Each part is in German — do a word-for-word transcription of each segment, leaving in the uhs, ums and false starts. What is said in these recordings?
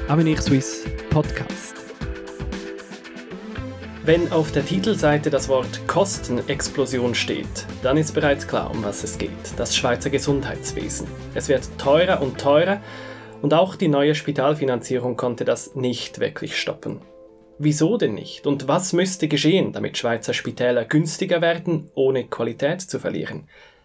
Avenir Suisse Podcast. Wenn auf der Titelseite das Wort Kostenexplosion steht, dann ist bereits klar, um was es geht. Das Schweizer Gesundheitswesen. Es wird teurer und teurer und auch die neue Spitalfinanzierung konnte das nicht wirklich stoppen. Wieso denn nicht? Und was müsste geschehen, damit Schweizer Spitäler günstiger werden, ohne Qualität zu verlieren?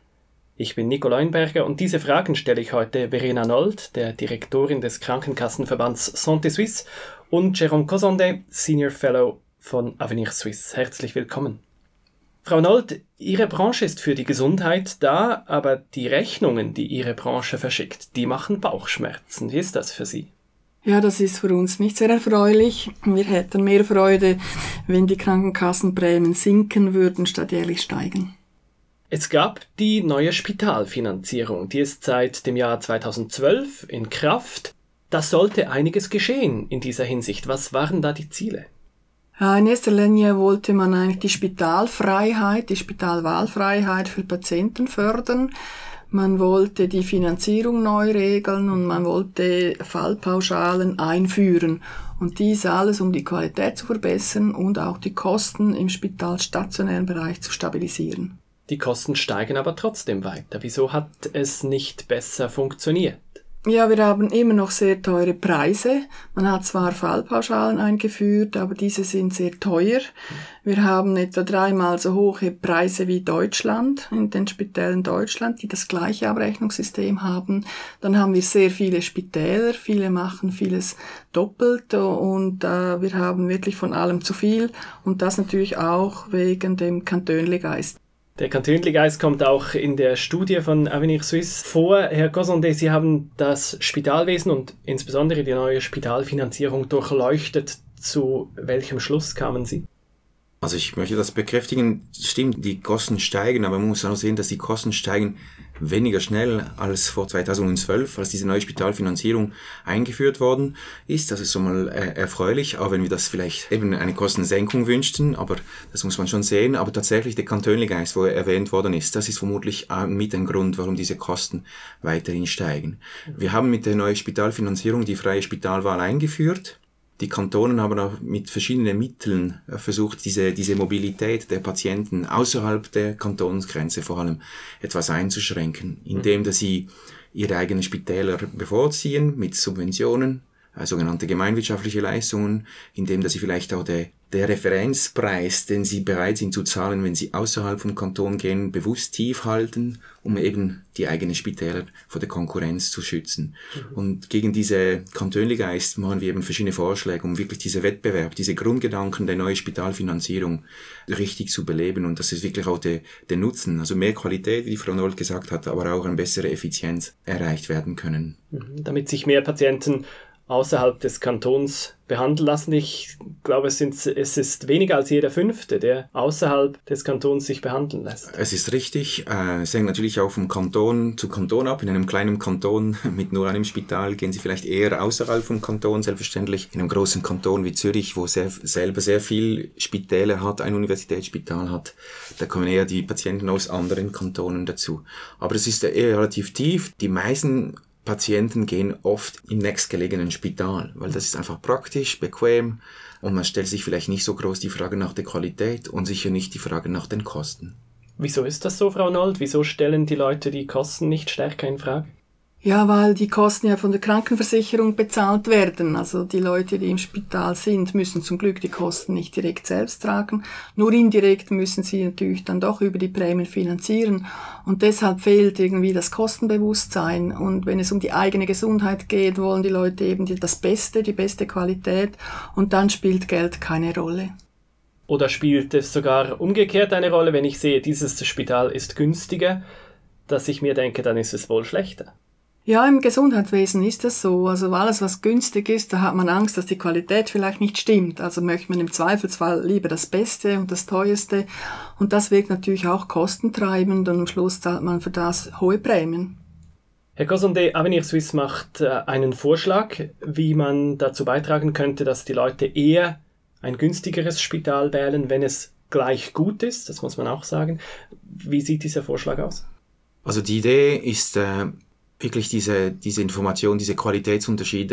Ich bin Nico Leuenberger und diese Fragen stelle ich heute Verena Nold, der Direktorin des Krankenkassenverbands Santé Suisse, und Jérôme Cosondet, Senior Fellow von Avenir Suisse. Herzlich willkommen. Frau Nold, Ihre Branche ist für die Gesundheit da, aber die Rechnungen, die Ihre Branche verschickt, die machen Bauchschmerzen. Wie ist das für Sie? Ja, das ist für uns nicht sehr erfreulich. Wir hätten mehr Freude, wenn die Krankenkassenprämien sinken würden, statt jährlich steigen. Es gab die neue Spitalfinanzierung, die ist seit dem Jahr zweitausendzwölf in Kraft. Da sollte einiges geschehen in dieser Hinsicht. Was waren da die Ziele? Ja, in erster Linie wollte man eigentlich die Spitalfreiheit, die Spitalwahlfreiheit für Patienten fördern. Man wollte die Finanzierung neu regeln und man wollte Fallpauschalen einführen. Und dies alles, um die Qualität zu verbessern und auch die Kosten im spitalstationären Bereich zu stabilisieren. Die Kosten steigen aber trotzdem weiter. Wieso hat es nicht besser funktioniert? Ja, wir haben immer noch sehr teure Preise. Man hat zwar Fallpauschalen eingeführt, aber diese sind sehr teuer. Wir haben etwa dreimal so hohe Preise wie Deutschland, in den Spitälern Deutschland, die das gleiche Abrechnungssystem haben. Dann haben wir sehr viele Spitäler, viele machen vieles doppelt und äh, wir haben wirklich von allem zu viel und das natürlich auch wegen dem Kantönli-Geist. Der Kantönli-Geist kommt auch in der Studie von Avenir Suisse vor. Herr Cosondet, Sie haben das Spitalwesen und insbesondere die neue Spitalfinanzierung durchleuchtet. Zu welchem Schluss kamen Sie? Also ich möchte das bekräftigen, stimmt, die Kosten steigen, aber man muss auch sehen, dass die Kosten steigen weniger schnell als vor zweitausendzwölf, als diese neue Spitalfinanzierung eingeführt worden ist. Das ist schon mal äh, erfreulich, auch wenn wir das vielleicht eben eine Kostensenkung wünschten, aber das muss man schon sehen. Aber tatsächlich der Kantönli-Geist, wo er erwähnt worden ist, das ist vermutlich äh, mit ein Grund, warum diese Kosten weiterhin steigen. Wir haben mit der neuen Spitalfinanzierung die freie Spitalwahl eingeführt. Die Kantonen haben auch mit verschiedenen Mitteln versucht, diese, diese Mobilität der Patienten außerhalb der Kantonsgrenze vor allem etwas einzuschränken, indem dass sie ihre eigenen Spitäler bevorziehen mit Subventionen, äh, sogenannte gemeinwirtschaftliche Leistungen, indem dass sie vielleicht auch der, der Referenzpreis, den sie bereit sind zu zahlen, wenn sie außerhalb vom Kanton gehen, bewusst tief halten, um eben die eigenen Spitäler vor der Konkurrenz zu schützen. Mhm. Und gegen diese Kantönli-Geist machen wir eben verschiedene Vorschläge, um wirklich diese Wettbewerb, diese Grundgedanken der neuen Spitalfinanzierung richtig zu beleben. Und das ist wirklich auch der, der Nutzen, also mehr Qualität, wie die Frau Nold gesagt hat, aber auch eine bessere Effizienz erreicht werden können. Mhm. Damit sich mehr Patienten außerhalb des Kantons behandeln lassen. Ich glaube, es, sind, es ist weniger als jeder Fünfte, der außerhalb des Kantons sich behandeln lässt. Es ist richtig. Äh, es hängt natürlich auch vom Kanton zu Kanton ab. In einem kleinen Kanton mit nur einem Spital gehen Sie vielleicht eher außerhalb vom Kanton, selbstverständlich. In einem großen Kanton wie Zürich, wo sehr, selber sehr viel Spitäler hat, ein Universitätsspital hat, da kommen eher die Patienten aus anderen Kantonen dazu. Aber es ist eher relativ tief. Die meisten Patienten gehen oft im nächstgelegenen Spital, weil das ist einfach praktisch, bequem und man stellt sich vielleicht nicht so groß die Frage nach der Qualität und sicher nicht die Frage nach den Kosten. Wieso ist das so, Frau Nold? Wieso stellen die Leute die Kosten nicht stärker in Frage? Ja, weil die Kosten ja von der Krankenversicherung bezahlt werden. Also die Leute, die im Spital sind, müssen zum Glück die Kosten nicht direkt selbst tragen. Nur indirekt müssen sie natürlich dann doch über die Prämien finanzieren. Und deshalb fehlt irgendwie das Kostenbewusstsein. Und wenn es um die eigene Gesundheit geht, wollen die Leute eben das Beste, die beste Qualität. Und dann spielt Geld keine Rolle. Oder spielt es sogar umgekehrt eine Rolle, wenn ich sehe, dieses Spital ist günstiger, dass ich mir denke, dann ist es wohl schlechter? Ja, im Gesundheitswesen ist das so. Also alles, was günstig ist, da hat man Angst, dass die Qualität vielleicht nicht stimmt. Also möchte man im Zweifelsfall lieber das Beste und das Teuerste. Und das wirkt natürlich auch kostentreibend und am Schluss zahlt man für das hohe Prämien. Herr Cosondet, Avenir Suisse macht äh, einen Vorschlag, wie man dazu beitragen könnte, dass die Leute eher ein günstigeres Spital wählen, wenn es gleich gut ist. Das muss man auch sagen. Wie sieht dieser Vorschlag aus? Also die Idee ist äh, wirklich diese, diese Information, diese Qualitätsunterschiede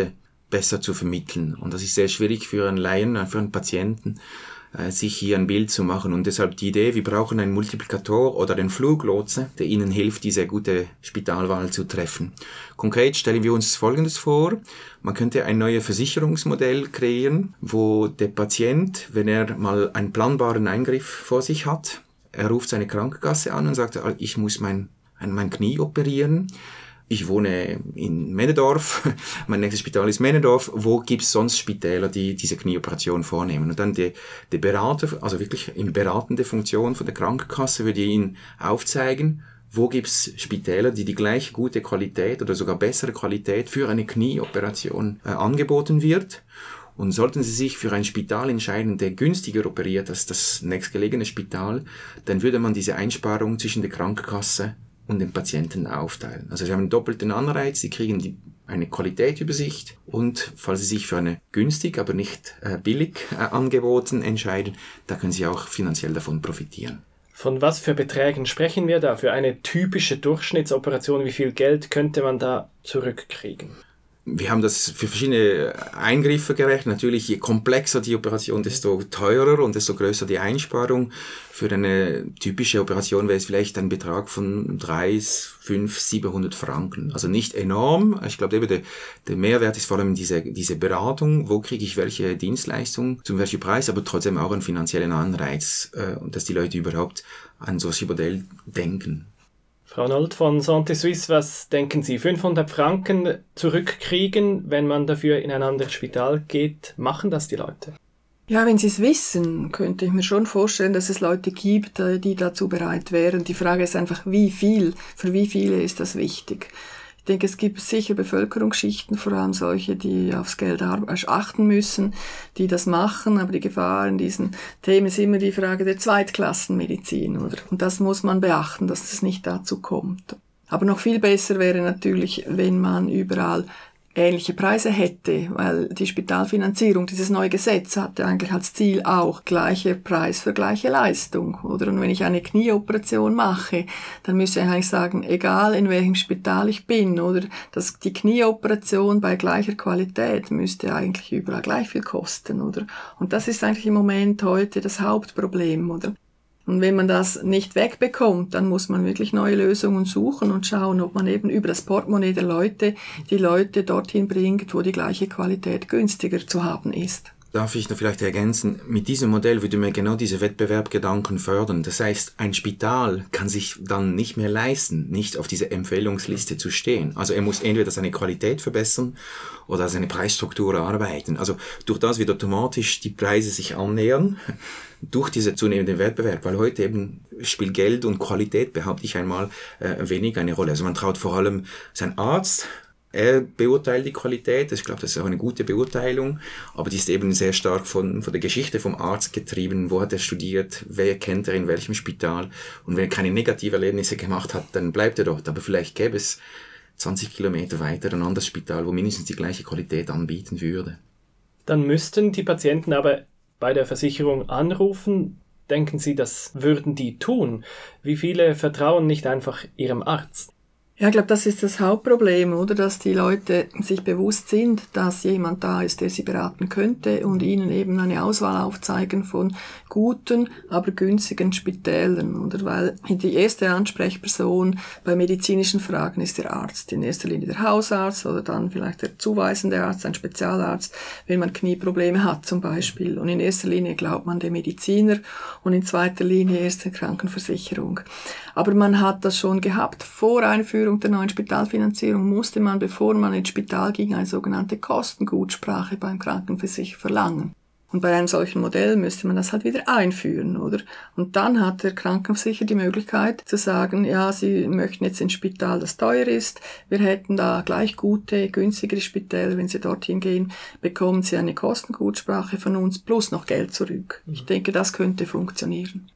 besser zu vermitteln. Und das ist sehr schwierig für einen Laien, für einen Patienten, sich hier ein Bild zu machen. Und deshalb die Idee, wir brauchen einen Multiplikator oder einen Fluglotse, der Ihnen hilft, diese gute Spitalwahl zu treffen. Konkret stellen wir uns Folgendes vor. Man könnte ein neues Versicherungsmodell kreieren, wo der Patient, wenn er mal einen planbaren Eingriff vor sich hat, er ruft seine Krankenkasse an und sagt, ich muss mein, mein Knie operieren. Ich wohne in Männedorf, mein nächstes Spital ist Männedorf, wo gibt es sonst Spitäler, die diese Knieoperation vornehmen? Und dann der, der Berater, also wirklich in beratende Funktion von der Krankenkasse, würde Ihnen aufzeigen, wo gibt es Spitäler, die die gleich gute Qualität oder sogar bessere Qualität für eine Knieoperation äh, angeboten wird. Und sollten Sie sich für ein Spital entscheiden, der günstiger operiert als das nächstgelegene Spital, dann würde man diese Einsparung zwischen der Krankenkasse und den Patienten aufteilen. Also sie haben einen doppelten Anreiz, sie kriegen die, eine Qualitätsübersicht und falls sie sich für eine günstig, aber nicht äh, billig äh, Angeboten entscheiden, da können sie auch finanziell davon profitieren. Von was für Beträgen sprechen wir da? Für eine typische Durchschnittsoperation, wie viel Geld könnte man da zurückkriegen? Wir haben das für verschiedene Eingriffe gerechnet. Natürlich, je komplexer die Operation, desto teurer und desto größer die Einsparung. Für eine typische Operation wäre es vielleicht ein Betrag von dreihundert, fünfhundert, siebenhundert Franken. Also nicht enorm. Ich glaube, der, der Mehrwert ist vor allem diese, diese Beratung. Wo kriege ich welche Dienstleistung, zum welchen Preis, aber trotzdem auch einen finanziellen Anreiz, dass die Leute überhaupt an solches Modell denken. Frau Nold von Santé Suisse, was denken Sie? fünfhundert Franken zurückkriegen, wenn man dafür in ein anderes Spital geht, machen das die Leute? Ja, wenn Sie es wissen, könnte ich mir schon vorstellen, dass es Leute gibt, die dazu bereit wären. Die Frage ist einfach, wie viel, für wie viele ist das wichtig? Ich denke, es gibt sicher Bevölkerungsschichten, vor allem solche, die aufs Geld achten müssen, die das machen, aber die Gefahr in diesen Themen ist immer die Frage der Zweitklassenmedizin, oder? Und das muss man beachten, dass das nicht dazu kommt. Aber noch viel besser wäre natürlich, wenn man überall ähnliche Preise hätte, weil die Spitalfinanzierung, dieses neue Gesetz hatte eigentlich als Ziel auch gleicher Preis für gleiche Leistung, oder? Und wenn ich eine Knieoperation mache, dann müsste ich eigentlich sagen, egal in welchem Spital ich bin, oder, dass die Knieoperation bei gleicher Qualität müsste eigentlich überall gleich viel kosten, oder? Und das ist eigentlich im Moment heute das Hauptproblem, oder? Und wenn man das nicht wegbekommt, dann muss man wirklich neue Lösungen suchen und schauen, ob man eben über das Portemonnaie der Leute die Leute dorthin bringt, wo die gleiche Qualität günstiger zu haben ist. Darf ich noch vielleicht ergänzen, mit diesem Modell würde man genau diese Wettbewerbgedanken fördern. Das heißt, ein Spital kann sich dann nicht mehr leisten, nicht auf dieser Empfehlungsliste zu stehen. Also er muss entweder seine Qualität verbessern oder seine Preisstruktur erarbeiten. Also durch das wird automatisch die Preise sich annähern, durch diese zunehmende Wettbewerb, weil heute eben spielt Geld und Qualität, behaupte ich einmal, äh, wenig eine Rolle. Also man traut vor allem seinen Arzt. Er beurteilt die Qualität, ich glaube, das ist auch eine gute Beurteilung, aber die ist eben sehr stark von, von der Geschichte vom Arzt getrieben. Wo hat er studiert, wer kennt er in welchem Spital, und wenn er keine negative Erlebnisse gemacht hat, dann bleibt er dort. Aber vielleicht gäbe es zwanzig Kilometer weiter ein anderes Spital, wo mindestens die gleiche Qualität anbieten würde. Dann müssten die Patienten aber bei der Versicherung anrufen. Denken Sie, das würden die tun? Wie viele vertrauen nicht einfach ihrem Arzt? Ja, ich glaube, das ist das Hauptproblem, oder? Dass die Leute sich bewusst sind, dass jemand da ist, der sie beraten könnte und ihnen eben eine Auswahl aufzeigen von guten, aber günstigen Spitälern, oder? Weil die erste Ansprechperson bei medizinischen Fragen ist der Arzt. In erster Linie der Hausarzt oder dann vielleicht der zuweisende Arzt, ein Spezialarzt, wenn man Knieprobleme hat zum Beispiel. Und in erster Linie glaubt man dem Mediziner und in zweiter Linie erst der Krankenversicherung. Aber man hat das schon gehabt. Vor Einführung der neuen Spitalfinanzierung musste man, bevor man ins Spital ging, eine sogenannte Kostengutsprache beim Krankenversicherer verlangen. Und bei einem solchen Modell müsste man das halt wieder einführen, oder? Und dann hat der Krankenversicherer die Möglichkeit zu sagen, ja, Sie möchten jetzt ins Spital, das teuer ist. Wir hätten da gleich gute, günstigere Spitäler. Wenn Sie dorthin gehen, bekommen Sie eine Kostengutsprache von uns plus noch Geld zurück. Ich denke, das könnte funktionieren.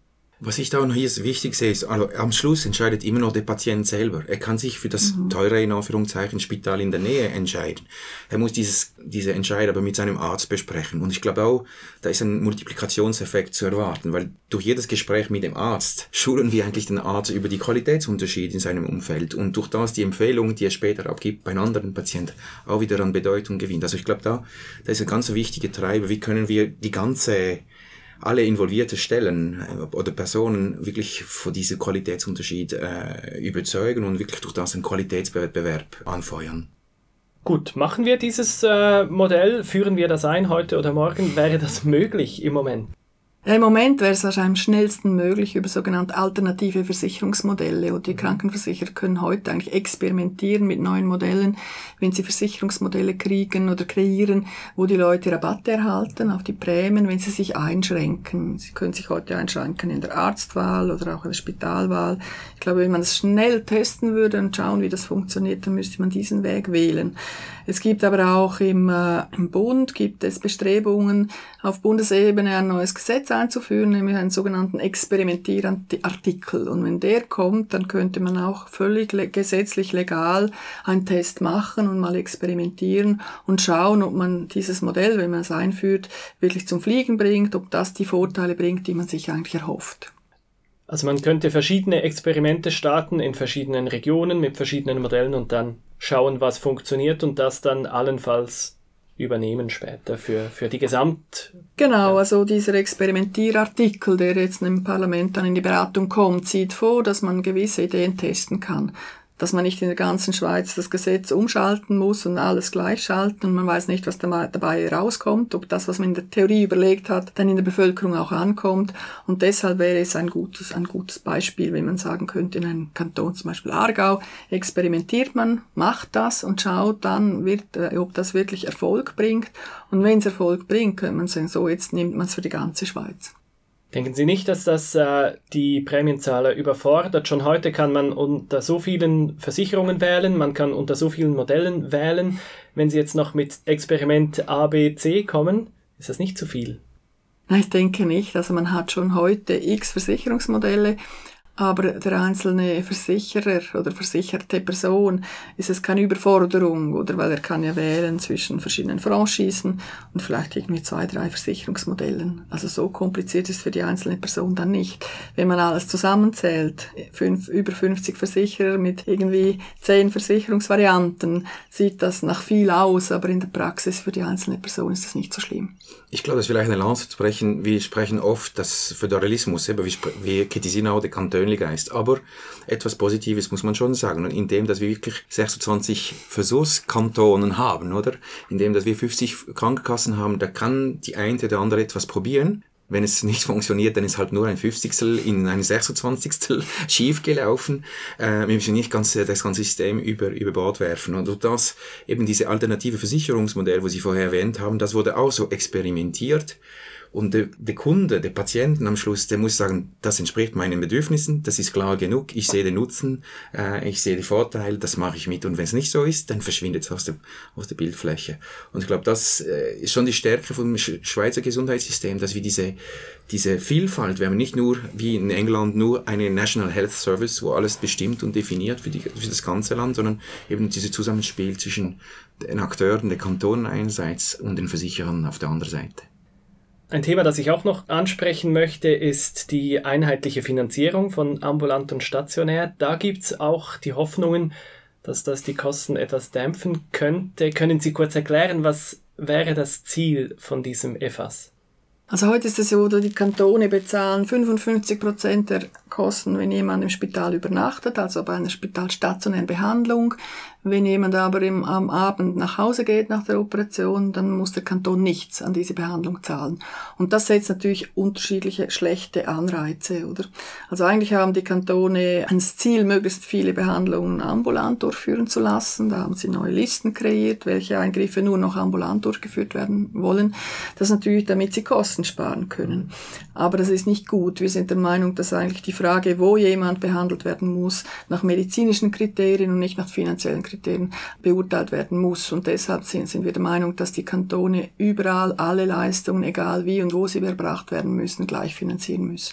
Was ich da noch hier wichtig sehe, ist, also am Schluss entscheidet immer noch der Patient selber. Er kann sich für das mhm. teure, in Anführungszeichen, Spital in der Nähe entscheiden. Er muss dieses, diese Entscheidung aber mit seinem Arzt besprechen. Und ich glaube auch, da ist ein Multiplikationseffekt zu erwarten, weil durch jedes Gespräch mit dem Arzt schulen wir eigentlich den Arzt über die Qualitätsunterschiede in seinem Umfeld und durch das die Empfehlung, die er später abgibt bei einem anderen Patienten, auch wieder an Bedeutung gewinnt. Also ich glaube, da, da ist ein ganz wichtiger Treiber. Wie können wir die ganze alle involvierte Stellen oder Personen wirklich von diesem Qualitätsunterschied äh, überzeugen und wirklich durch das einen Qualitätswettbewerb anfeuern. Gut, machen wir dieses äh, Modell, führen wir das ein heute oder morgen? Wäre das möglich im Moment? Ja, im Moment wäre es wahrscheinlich am schnellsten möglich über sogenannte alternative Versicherungsmodelle. Und die Krankenversicherer können heute eigentlich experimentieren mit neuen Modellen, wenn sie Versicherungsmodelle kriegen oder kreieren, wo die Leute Rabatte erhalten auf die Prämien, wenn sie sich einschränken. Sie können sich heute einschränken in der Arztwahl oder auch in der Spitalwahl. Ich glaube, wenn man das schnell testen würde und schauen, wie das funktioniert, dann müsste man diesen Weg wählen. Es gibt aber auch im, äh, im Bund gibt es Bestrebungen, auf Bundesebene ein neues Gesetz einzuführen, nämlich einen sogenannten Experimentierartikel. Und wenn der kommt, dann könnte man auch völlig le- gesetzlich legal einen Test machen und mal experimentieren und schauen, ob man dieses Modell, wenn man es einführt, wirklich zum Fliegen bringt, ob das die Vorteile bringt, die man sich eigentlich erhofft. Also man könnte verschiedene Experimente starten in verschiedenen Regionen mit verschiedenen Modellen und dann schauen, was funktioniert und das dann allenfalls übernehmen später für, für die Gesamt... Genau, also dieser Experimentierartikel, der jetzt im Parlament dann in die Beratung kommt, sieht vor, dass man gewisse Ideen testen kann. Dass man nicht in der ganzen Schweiz das Gesetz umschalten muss und alles gleichschalten und man weiß nicht, was dabei rauskommt, ob das, was man in der Theorie überlegt hat, dann in der Bevölkerung auch ankommt. Und deshalb wäre es ein gutes, ein gutes Beispiel, wenn man sagen könnte, in einem Kanton, zum Beispiel Aargau, experimentiert man, macht das und schaut dann, wird, ob das wirklich Erfolg bringt. Und wenn es Erfolg bringt, könnte man sagen, so, jetzt nimmt man es für die ganze Schweiz. Denken Sie nicht, dass das äh, die Prämienzahler überfordert? Schon heute kann man unter so vielen Versicherungen wählen, man kann unter so vielen Modellen wählen. Wenn Sie jetzt noch mit Experiment A, B, C kommen, ist das nicht zu viel? Nein, ich denke nicht. Also man hat schon heute x Versicherungsmodelle, aber der einzelne Versicherer oder versicherte Person ist es keine Überforderung, oder weil er kann ja wählen zwischen verschiedenen Franchisen und vielleicht irgendwie zwei, drei Versicherungsmodellen. Also so kompliziert ist es für die einzelne Person dann nicht. Wenn man alles zusammenzählt, fünf, über fünfzig Versicherer mit irgendwie zehn Versicherungsvarianten, sieht das nach viel aus, aber in der Praxis für die einzelne Person ist das nicht so schlimm. Ich glaube, das ist vielleicht eine Lanze zu sprechen. Wir sprechen oft das Föderalismus, wir, spre- wir kritisieren auch den Kantönligeist, aber etwas Positives muss man schon sagen, und indem, dass wir wirklich sechsundzwanzig Versuchskantonen haben, oder? Indem, dass wir fünfzig Krankenkassen haben, da kann die eine oder andere etwas probieren. Wenn es nicht funktioniert, dann ist halt nur ein Fünfzigstel in ein Sechsundzwanzigstel schief gelaufen. Äh, wir müssen nicht ganz, das ganze System über, über Bord werfen. Und das, eben diese alternative Versicherungsmodell, wo Sie vorher erwähnt haben, das wurde auch so experimentiert. Und der, der Kunde, der Patienten am Schluss, der muss sagen, das entspricht meinen Bedürfnissen, das ist klar genug, ich sehe den Nutzen, äh, ich sehe die Vorteile, das mache ich mit. Und wenn es nicht so ist, dann verschwindet es aus der, aus der Bildfläche. Und ich glaube, das äh, ist schon die Stärke vom Schweizer Gesundheitssystem, dass wir diese, diese Vielfalt, wir haben nicht nur, wie in England, nur eine National Health Service, wo alles bestimmt und definiert für, die, für das ganze Land, sondern eben dieses Zusammenspiel zwischen den Akteuren, den Kantonen einerseits und den Versicherern auf der anderen Seite. Ein Thema, das ich auch noch ansprechen möchte, ist die einheitliche Finanzierung von ambulant und stationär. Da gibt es auch die Hoffnungen, dass das die Kosten etwas dämpfen könnte. Können Sie kurz erklären, was wäre das Ziel von diesem E F A S? Also heute ist es so, dass die Kantone bezahlen fünfundfünfzig Prozent der Kosten, wenn jemand im Spital übernachtet, also bei einer spitalstationären Behandlung. Wenn jemand aber im, am Abend nach Hause geht nach der Operation, dann muss der Kanton nichts an diese Behandlung zahlen. Und das setzt natürlich unterschiedliche schlechte Anreize, oder? Also eigentlich haben die Kantone ans Ziel, möglichst viele Behandlungen ambulant durchführen zu lassen. Da haben sie neue Listen kreiert, welche Eingriffe nur noch ambulant durchgeführt werden wollen. Das ist natürlich, damit sie Kosten sparen können. Aber das ist nicht gut. Wir sind der Meinung, dass eigentlich die Frage, wo jemand behandelt werden muss, nach medizinischen Kriterien und nicht nach finanziellen Kriterien beurteilt werden muss. Und deshalb sind, sind wir der Meinung, dass die Kantone überall alle Leistungen, egal wie und wo sie erbracht werden müssen, gleich finanzieren müssen.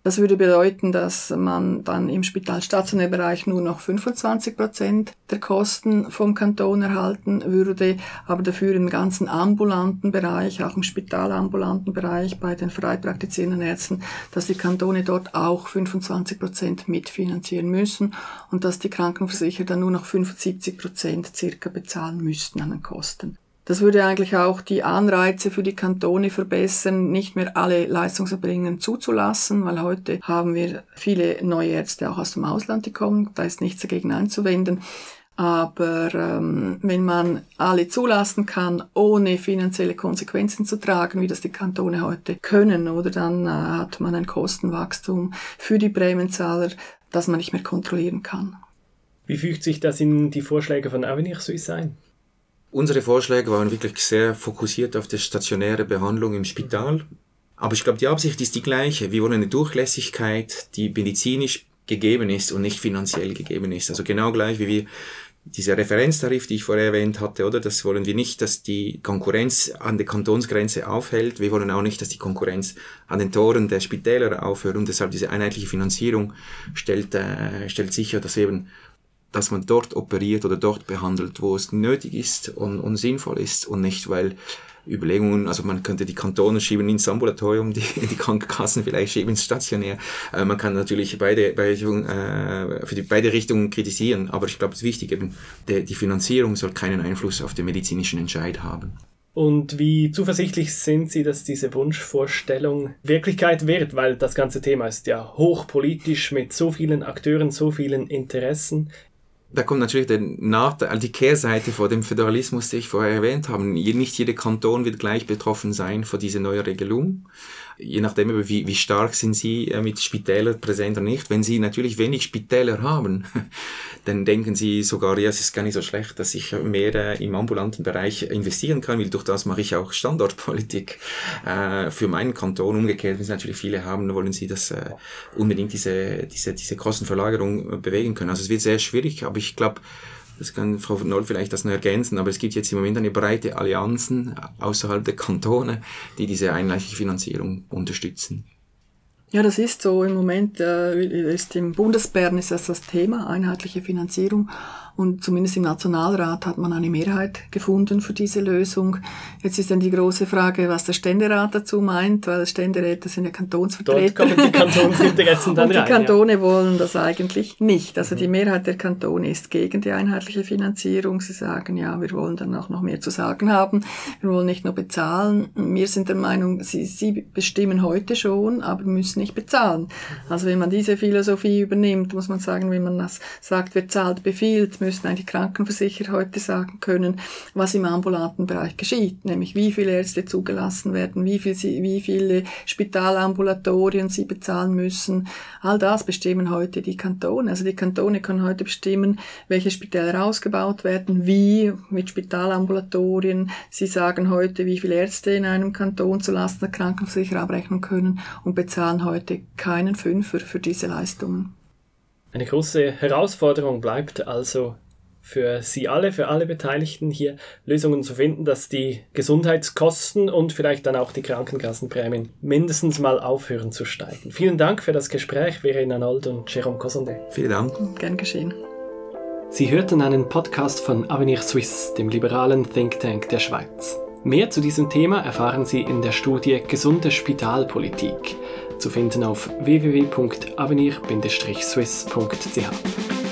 Das würde bedeuten, dass man dann im spitalstationären Bereich nur noch fünfundzwanzig Prozent der Kosten vom Kanton erhalten würde, aber dafür im ganzen ambulanten Bereich, auch im spitalambulanten Bereich bei den frei praktizierenden Ärzten, dass die Kantone dort auch fünfundzwanzig Prozent mitfinanzieren müssen und dass die Krankenversicherer dann nur noch fünfundsiebzig Prozent circa bezahlen müssten an den Kosten. Das würde eigentlich auch die Anreize für die Kantone verbessern, nicht mehr alle Leistungserbringer zuzulassen, weil heute haben wir viele neue Ärzte auch aus dem Ausland, die kommen, da ist nichts dagegen einzuwenden. Aber ähm, wenn man alle zulassen kann, ohne finanzielle Konsequenzen zu tragen, wie das die Kantone heute können, oder dann äh, hat man ein Kostenwachstum für die Prämienzahler, das man nicht mehr kontrollieren kann. Wie fügt sich das in die Vorschläge von Avenir Suisse ein? Unsere Vorschläge waren wirklich sehr fokussiert auf die stationäre Behandlung im Spital. Aber ich glaube, die Absicht ist die gleiche. Wir wollen eine Durchlässigkeit, die medizinisch gegeben ist und nicht finanziell gegeben ist. Also genau gleich wie wir dieser Referenztarif, die ich vorher erwähnt hatte, oder? Das wollen wir nicht, dass die Konkurrenz an der Kantonsgrenze aufhält. Wir wollen auch nicht, dass die Konkurrenz an den Toren der Spitäler aufhört. Und deshalb diese einheitliche Finanzierung stellt, äh, stellt sicher, dass eben dass man dort operiert oder dort behandelt, wo es nötig ist und, und sinnvoll ist und nicht, weil Überlegungen, also man könnte die Kantone schieben ins Ambulatorium, die, die Krankenkassen vielleicht schieben ins Stationär. Äh, man kann natürlich beide, beide, äh, für die beide Richtungen kritisieren, aber ich glaube, es ist wichtig, eben, die, die Finanzierung soll keinen Einfluss auf den medizinischen Entscheid haben. Und wie zuversichtlich sind Sie, dass diese Wunschvorstellung Wirklichkeit wird? Weil das ganze Thema ist ja hochpolitisch mit so vielen Akteuren, so vielen Interessen. Da kommt natürlich der Nachteil, die Kehrseite vor dem Föderalismus, die ich vorher erwähnt habe. Nicht jeder Kanton wird gleich betroffen sein von dieser neuen Regelung. Je nachdem, wie, wie stark sind Sie mit Spitälern präsent oder nicht. Wenn Sie natürlich wenig Spitäler haben, dann denken Sie sogar, ja, es ist gar nicht so schlecht, dass ich mehr im ambulanten Bereich investieren kann, weil durch das mache ich auch Standortpolitik äh, für meinen Kanton. Umgekehrt, wenn Sie natürlich viele haben, wollen Sie das äh, unbedingt diese, diese, diese Kostenverlagerung bewegen können. Also es wird sehr schwierig, aber ich glaube, das kann Frau Noll vielleicht das noch ergänzen, aber es gibt jetzt im Moment eine breite Allianzen außerhalb der Kantone, die diese einheitliche Finanzierung unterstützen. Ja, das ist so. Im Moment äh, ist im Bundesbern ist das das Thema, einheitliche Finanzierung. Und zumindest im Nationalrat hat man eine Mehrheit gefunden für diese Lösung. Jetzt ist dann die große Frage, was der Ständerat dazu meint, weil Ständeräte sind ja Kantonsvertreter. Dort kommen die Kantonsinteressen dann rein. Und die rein, Kantone ja. wollen das eigentlich nicht. Also mhm. die Mehrheit der Kantone ist gegen die einheitliche Finanzierung. Sie sagen, ja, wir wollen dann auch noch mehr zu sagen haben. Wir wollen nicht nur bezahlen. Wir sind der Meinung, sie, sie bestimmen heute schon, aber müssen nicht bezahlen. Also wenn man diese Philosophie übernimmt, muss man sagen, wenn man das sagt, wer zahlt, befiehlt, müssen eigentlich Krankenversicherer heute sagen können, was im ambulanten Bereich geschieht, nämlich wie viele Ärzte zugelassen werden, wie, viel sie, wie viele Spitalambulatorien sie bezahlen müssen. All das bestimmen heute die Kantone. Also die Kantone können heute bestimmen, welche Spitäler ausgebaut werden, wie mit Spitalambulatorien. Sie sagen heute, wie viele Ärzte in einem Kanton zulasten der Krankenversicherer abrechnen können und bezahlen heute keinen Fünfer für diese Leistungen. Eine große Herausforderung bleibt also für Sie alle, für alle Beteiligten hier Lösungen zu finden, dass die Gesundheitskosten und vielleicht dann auch die Krankenkassenprämien mindestens mal aufhören zu steigen. Vielen Dank für das Gespräch, Verena Nold und Jérôme Cossondet. Vielen Dank. Gern geschehen. Sie hörten einen Podcast von Avenir Suisse, dem liberalen Think Tank der Schweiz. Mehr zu diesem Thema erfahren Sie in der Studie Gesunde Spitalpolitik, zu finden auf w w w punkt avenir Bindestrich suisse punkt c h.